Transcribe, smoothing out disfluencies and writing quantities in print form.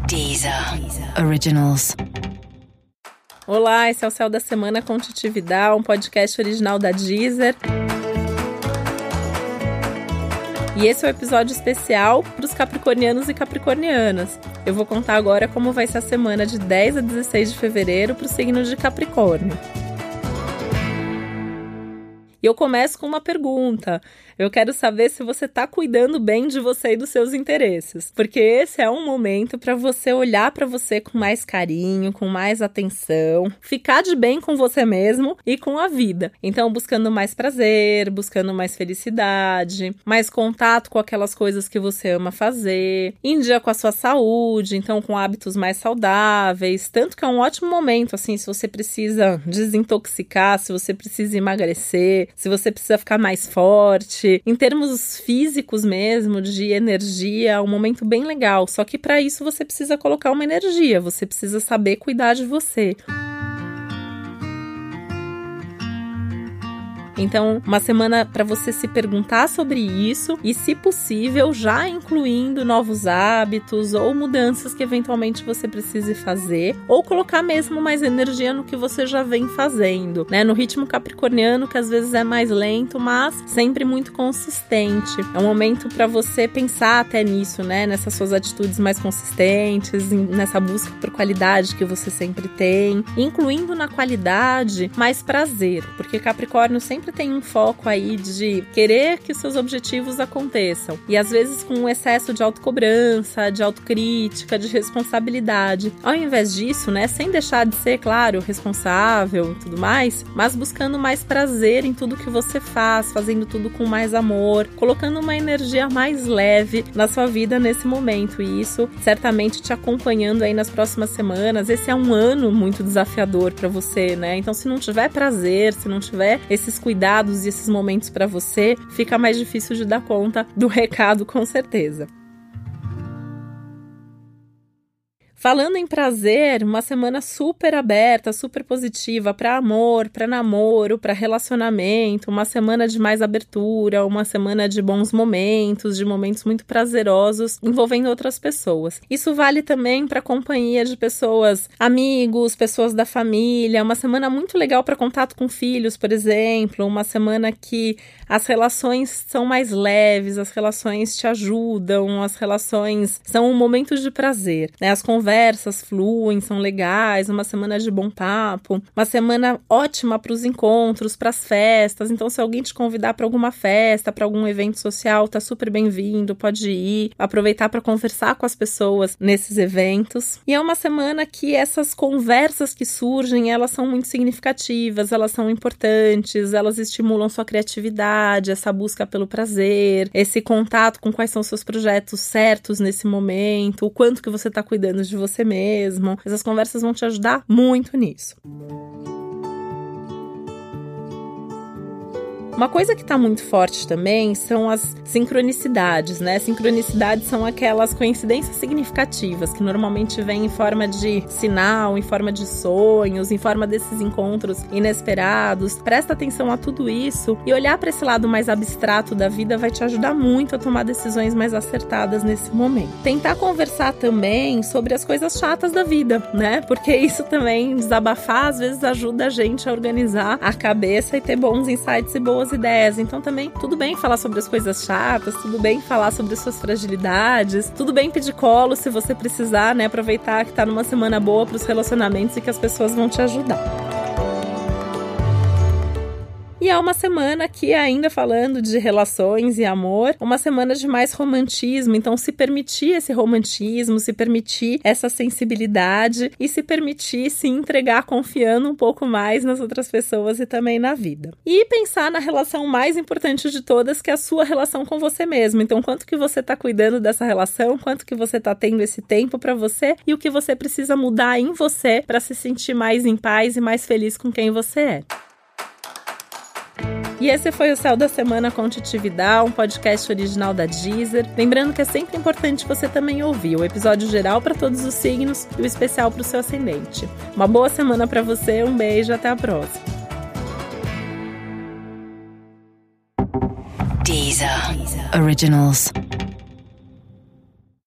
Deezer Originals. Olá, esse é o Céu da Semana com Titi Vidal, um podcast original da Deezer. E esse é o episódio especial para os capricornianos e capricornianas. Eu vou contar agora como vai ser a semana de 10 a 16 de fevereiro para o signo de Capricórnio. E eu começo com uma pergunta. Eu quero saber se você está cuidando bem de você e dos seus interesses. Porque esse é um momento para você olhar para você com mais carinho, com mais atenção, ficar de bem com você mesmo e com a vida. Então, buscando mais prazer, buscando mais felicidade, mais contato com aquelas coisas que você ama fazer, em dia com a sua saúde, então com hábitos mais saudáveis. Tanto que é um ótimo momento, assim, se você precisa desintoxicar, se você precisa emagrecer, se você precisa ficar mais forte. Em termos físicos mesmo, de energia, é um momento bem legal. Só que para isso você precisa colocar uma energia, você precisa saber cuidar de você. Então, uma semana para você se perguntar sobre isso e, se possível, já incluindo novos hábitos ou mudanças que eventualmente você precise fazer, ou colocar mesmo mais energia no que você já vem fazendo, né? No ritmo capricorniano, que às vezes é mais lento, mas sempre muito consistente. É um momento para você pensar até nisso, né? Nessas suas atitudes mais consistentes, nessa busca por qualidade que você sempre tem, incluindo na qualidade mais prazer, porque Capricórnio sempre tem um foco aí de querer que os seus objetivos aconteçam. E às vezes com um excesso de autocobrança, de autocrítica, de responsabilidade. Ao invés disso, né, sem deixar de ser, claro, responsável e tudo mais, mas buscando mais prazer em tudo que você faz, fazendo tudo com mais amor, colocando uma energia mais leve na sua vida nesse momento. E isso certamente te acompanhando aí nas próximas semanas. Esse é um ano muito desafiador para você, né? Então, se não tiver prazer, se não tiver esses cuidados e esses momentos para você, fica mais difícil de dar conta do recado, com certeza. Falando em prazer, uma semana super aberta, super positiva para amor, para namoro, para relacionamento, uma semana de mais abertura, uma semana de bons momentos, de momentos muito prazerosos envolvendo outras pessoas. Isso vale também para a companhia de pessoas, amigos, pessoas da família, uma semana muito legal para contato com filhos, por exemplo, uma semana que as relações são mais leves, as relações te ajudam, as relações são momentos de prazer, né? As conversas fluem, são legais, uma semana de bom papo, uma semana ótima para os encontros, para as festas. Então, se alguém te convidar para alguma festa, para algum evento social, tá super bem-vindo, pode ir, aproveitar para conversar com as pessoas nesses eventos. E é uma semana que essas conversas que surgem, elas são muito significativas, elas são importantes, elas estimulam sua criatividade, essa busca pelo prazer, esse contato com quais são seus projetos certos nesse momento, o quanto que você está cuidando de você mesmo. Essas conversas vão te ajudar muito nisso. Uma coisa que está muito forte também são as sincronicidades, né? Sincronicidades são aquelas coincidências significativas que normalmente vêm em forma de sinal, em forma de sonhos, em forma desses encontros inesperados. Presta atenção a tudo isso e olhar para esse lado mais abstrato da vida vai te ajudar muito a tomar decisões mais acertadas nesse momento. Tentar conversar também sobre as coisas chatas da vida, né? Porque isso também, desabafar, às vezes ajuda a gente a organizar a cabeça e ter bons insights e boas ideias. Então também tudo bem falar sobre as coisas chatas, tudo bem falar sobre suas fragilidades, tudo bem pedir colo se você precisar, né? Aproveitar que tá numa semana boa para os relacionamentos e que as pessoas vão te ajudar. E é uma semana que, ainda falando de relações e amor, uma semana de mais romantismo. Então, se permitir esse romantismo, se permitir essa sensibilidade e se permitir se entregar confiando um pouco mais nas outras pessoas e também na vida. E pensar na relação mais importante de todas, que é a sua relação com você mesmo. Então, quanto que você está cuidando dessa relação, quanto que você está tendo esse tempo para você e o que você precisa mudar em você para se sentir mais em paz e mais feliz com quem você é. E esse foi o Céu da Semana com Titi Vidal, um podcast original da Deezer. Lembrando que é sempre importante você também ouvir o episódio geral para todos os signos e o especial para o seu ascendente. Uma boa semana para você, um beijo, até a próxima. Deezer Originals.